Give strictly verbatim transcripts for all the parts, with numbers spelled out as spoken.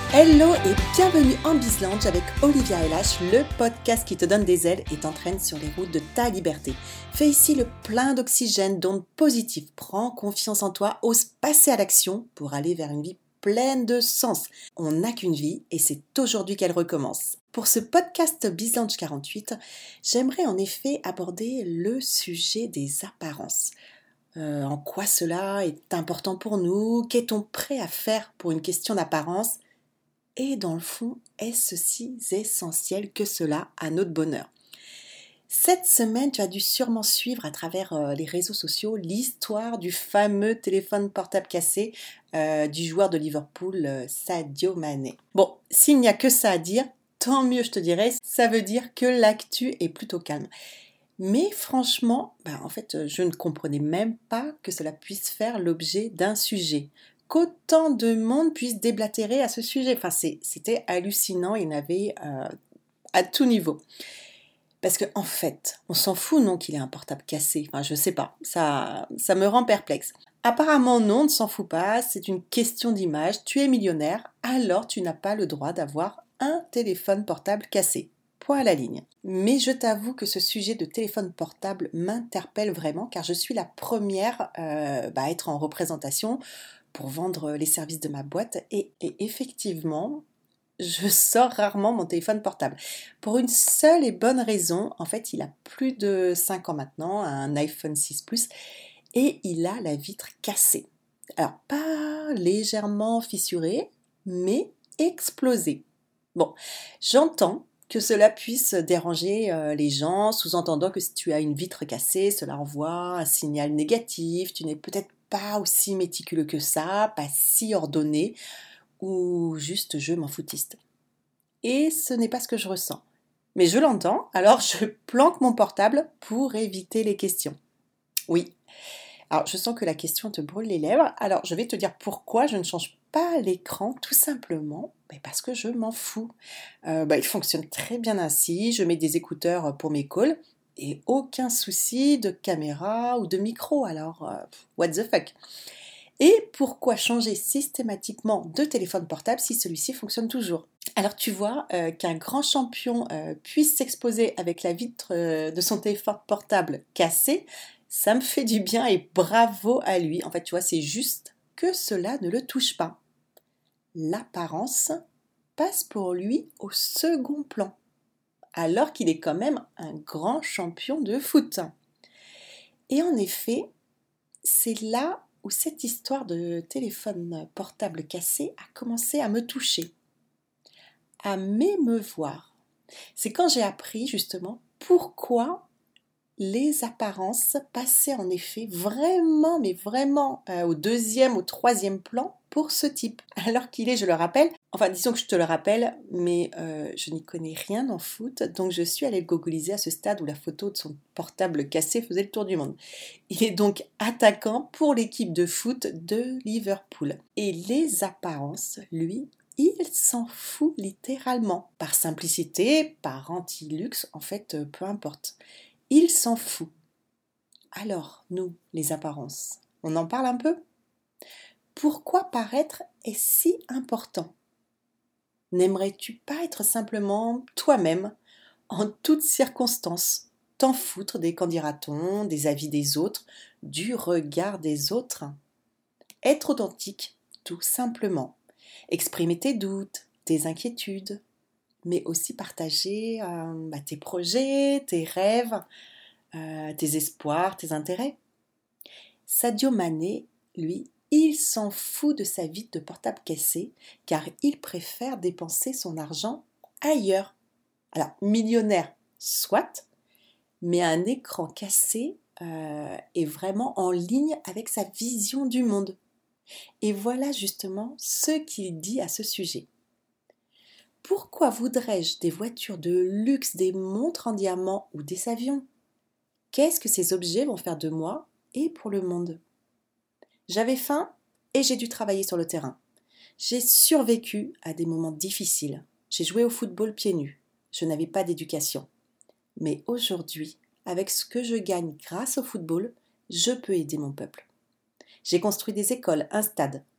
Hello et bienvenue en Bizlounge avec Olivia L H, le podcast qui te donne des ailes et t'entraîne sur les routes de ta liberté. Fais ici le plein d'oxygène, d'ondes positives. Prends confiance en toi, ose passer à l'action pour aller vers une vie pleine de sens. On n'a qu'une vie et c'est aujourd'hui qu'elle recommence. Pour ce podcast Bizlounge quarante-huit, j'aimerais en effet aborder le sujet des apparences. Euh, en quoi cela est important pour nous? Qu'est-on prêt à faire pour une question d'apparence? Et dans le fond, est-ce si essentiel que cela à notre bonheur? Cette semaine, tu as dû sûrement suivre à travers euh, les réseaux sociaux l'histoire du fameux téléphone portable cassé euh, du joueur de Liverpool, euh, Sadio Mané. Bon, s'il n'y a que ça à dire, tant mieux je te dirais, ça veut dire que l'actu est plutôt calme. Mais franchement, bah, en fait, je ne comprenais même pas que cela puisse faire l'objet d'un sujet. Qu'autant de monde puisse déblatérer à ce sujet. Enfin, c'est, c'était hallucinant, il y en avait euh, à tout niveau. Parce qu'en en fait, on s'en fout, non, qu'il ait un portable cassé. Enfin, je sais pas, ça, ça me rend perplexe. Apparemment, non, on ne s'en fout pas, c'est une question d'image. Tu es millionnaire, alors tu n'as pas le droit d'avoir un téléphone portable cassé. Point à la ligne. Mais je t'avoue que ce sujet de téléphone portable m'interpelle vraiment, car je suis la première euh, bah, à être en représentation pour vendre les services de ma boîte et, et effectivement, je sors rarement mon téléphone portable. Pour une seule et bonne raison, en fait, il a plus de cinq ans maintenant, un iPhone six Plus, et il a la vitre cassée. Alors, pas légèrement fissurée, mais explosée. Bon, j'entends que cela puisse déranger euh, les gens, sous-entendant que si tu as une vitre cassée, cela envoie un signal négatif, tu n'es peut-être pas aussi méticuleux que ça, pas si ordonné, ou juste je m'en foutiste. Et ce n'est pas ce que je ressens. Mais je l'entends, alors je planque mon portable pour éviter les questions. Oui, alors je sens que la question te brûle les lèvres, alors je vais te dire pourquoi je ne change pas l'écran, tout simplement mais parce que je m'en fous. Euh, bah, il fonctionne très bien ainsi, je mets des écouteurs pour mes calls, et aucun souci de caméra ou de micro, alors euh, what the fuck. Et pourquoi changer systématiquement de téléphone portable si celui-ci fonctionne toujours? Alors tu vois, euh, qu'un grand champion euh, puisse s'exposer avec la vitre euh, de son téléphone portable cassée, ça me fait du bien et bravo à lui. En fait, tu vois, c'est juste que cela ne le touche pas. L'apparence passe pour lui au second plan, alors qu'il est quand même un grand champion de foot. Et en effet, c'est là où cette histoire de téléphone portable cassé a commencé à me toucher, à m'émeuvoir. C'est quand j'ai appris justement pourquoi les apparences passaient en effet vraiment, mais vraiment euh, au deuxième, au troisième plan pour ce type. Alors qu'il est, je le rappelle, enfin disons que je te le rappelle, mais euh, je n'y connais rien en foot, donc je suis allée le googliser à ce stade où la photo de son portable cassé faisait le tour du monde. Il est donc attaquant pour l'équipe de foot de Liverpool. Et les apparences, lui, il s'en fout littéralement. Par simplicité, par anti-luxe, en fait, peu importe. Il s'en fout. Alors, nous, les apparences, on en parle un peu? Pourquoi paraître est si important? N'aimerais-tu pas être simplement toi-même, en toutes circonstances, t'en foutre des qu'en dira-t-on, des avis des autres, du regard des autres? Être authentique, tout simplement. Exprimer tes doutes, tes inquiétudes, mais aussi partager euh, bah, tes projets, tes rêves, euh, tes espoirs, tes intérêts. Sadio Mané, lui, il s'en fout de sa vitre de portable cassée car il préfère dépenser son argent ailleurs. Alors, millionnaire, soit, mais un écran cassé euh, est vraiment en ligne avec sa vision du monde. Et voilà justement ce qu'il dit à ce sujet. Pourquoi voudrais-je des voitures de luxe, des montres en diamant ou des avions? Qu'est-ce que ces objets vont faire de moi et pour le monde? J'avais faim et j'ai dû travailler sur le terrain. J'ai survécu à des moments difficiles. J'ai joué au football pieds nus. Je n'avais pas d'éducation. Mais aujourd'hui, avec ce que je gagne grâce au football, je peux aider mon peuple. J'ai construit des écoles, un stade.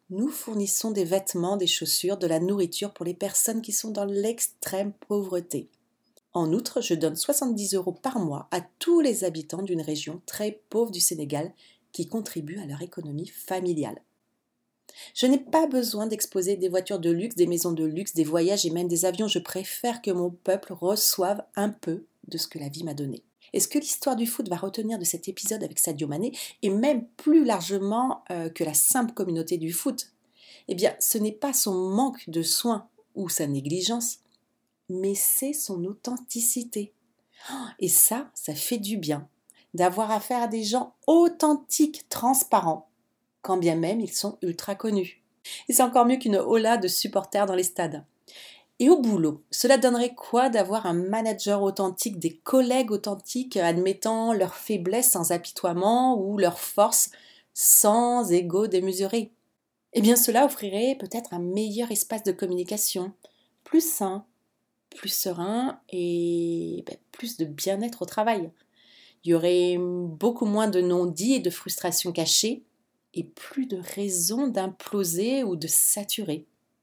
Nous fournissons des vêtements, des chaussures, de la nourriture pour les personnes qui sont dans l'extrême pauvreté. En outre, je donne soixante-dix euros par mois à tous les habitants d'une région très pauvre du Sénégal qui contribuent à leur économie familiale. Je n'ai pas besoin d'exposer des voitures de luxe, des maisons de luxe, des voyages et même des avions. Je préfère que mon peuple reçoive un peu de ce que la vie m'a donné. Et ce que l'histoire du foot va retenir de cet épisode avec Sadio Mané, et même plus largement euh, que la simple communauté du foot, eh bien, ce n'est pas son manque de soins ou sa négligence, mais c'est son authenticité. Et ça, ça fait du bien, d'avoir affaire à des gens authentiques, transparents, quand bien même ils sont ultra connus. Et c'est encore mieux qu'une hola de supporters dans les stades. Et au boulot, cela donnerait quoi d'avoir un manager authentique, des collègues authentiques admettant leurs faiblesses sans apitoiement ou leurs forces sans ego démesuré? Eh bien cela offrirait peut-être un meilleur espace de communication, plus sain, plus serein et ben, plus de bien-être au travail. Il y aurait beaucoup moins de non-dits et de frustrations cachées et plus de raisons d'imploser ou de saturer.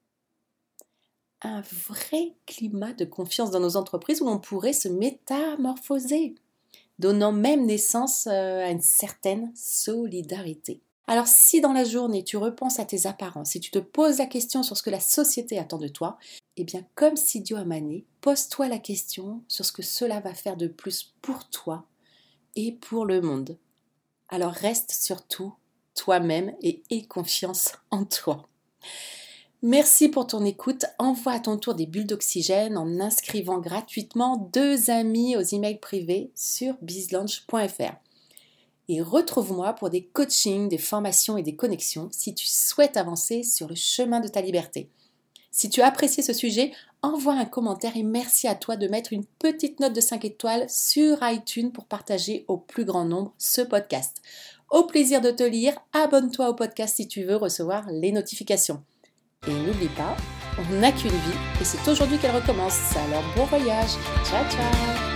Un vrai climat de confiance dans nos entreprises où on pourrait se métamorphoser, donnant même naissance à une certaine solidarité. Alors si dans la journée tu repenses à tes apparences, si tu te poses la question sur ce que la société attend de toi, eh bien comme Sadio Mané, pose-toi la question sur ce que cela va faire de plus pour toi et pour le monde. Alors reste surtout toi-même et aie confiance en toi. Merci pour ton écoute. Envoie à ton tour des bulles d'oxygène en inscrivant gratuitement deux amis aux emails privés sur bizlaunch point f r. Et retrouve-moi pour des coachings, des formations et des connexions si tu souhaites avancer sur le chemin de ta liberté. Si tu as apprécié ce sujet, envoie un commentaire et merci à toi de mettre une petite note de cinq étoiles sur iTunes pour partager au plus grand nombre ce podcast. Au plaisir de te lire, abonne-toi au podcast si tu veux recevoir les notifications. Et n'oublie pas, on n'a qu'une vie et c'est aujourd'hui qu'elle recommence. Alors bon voyage, ciao ciao.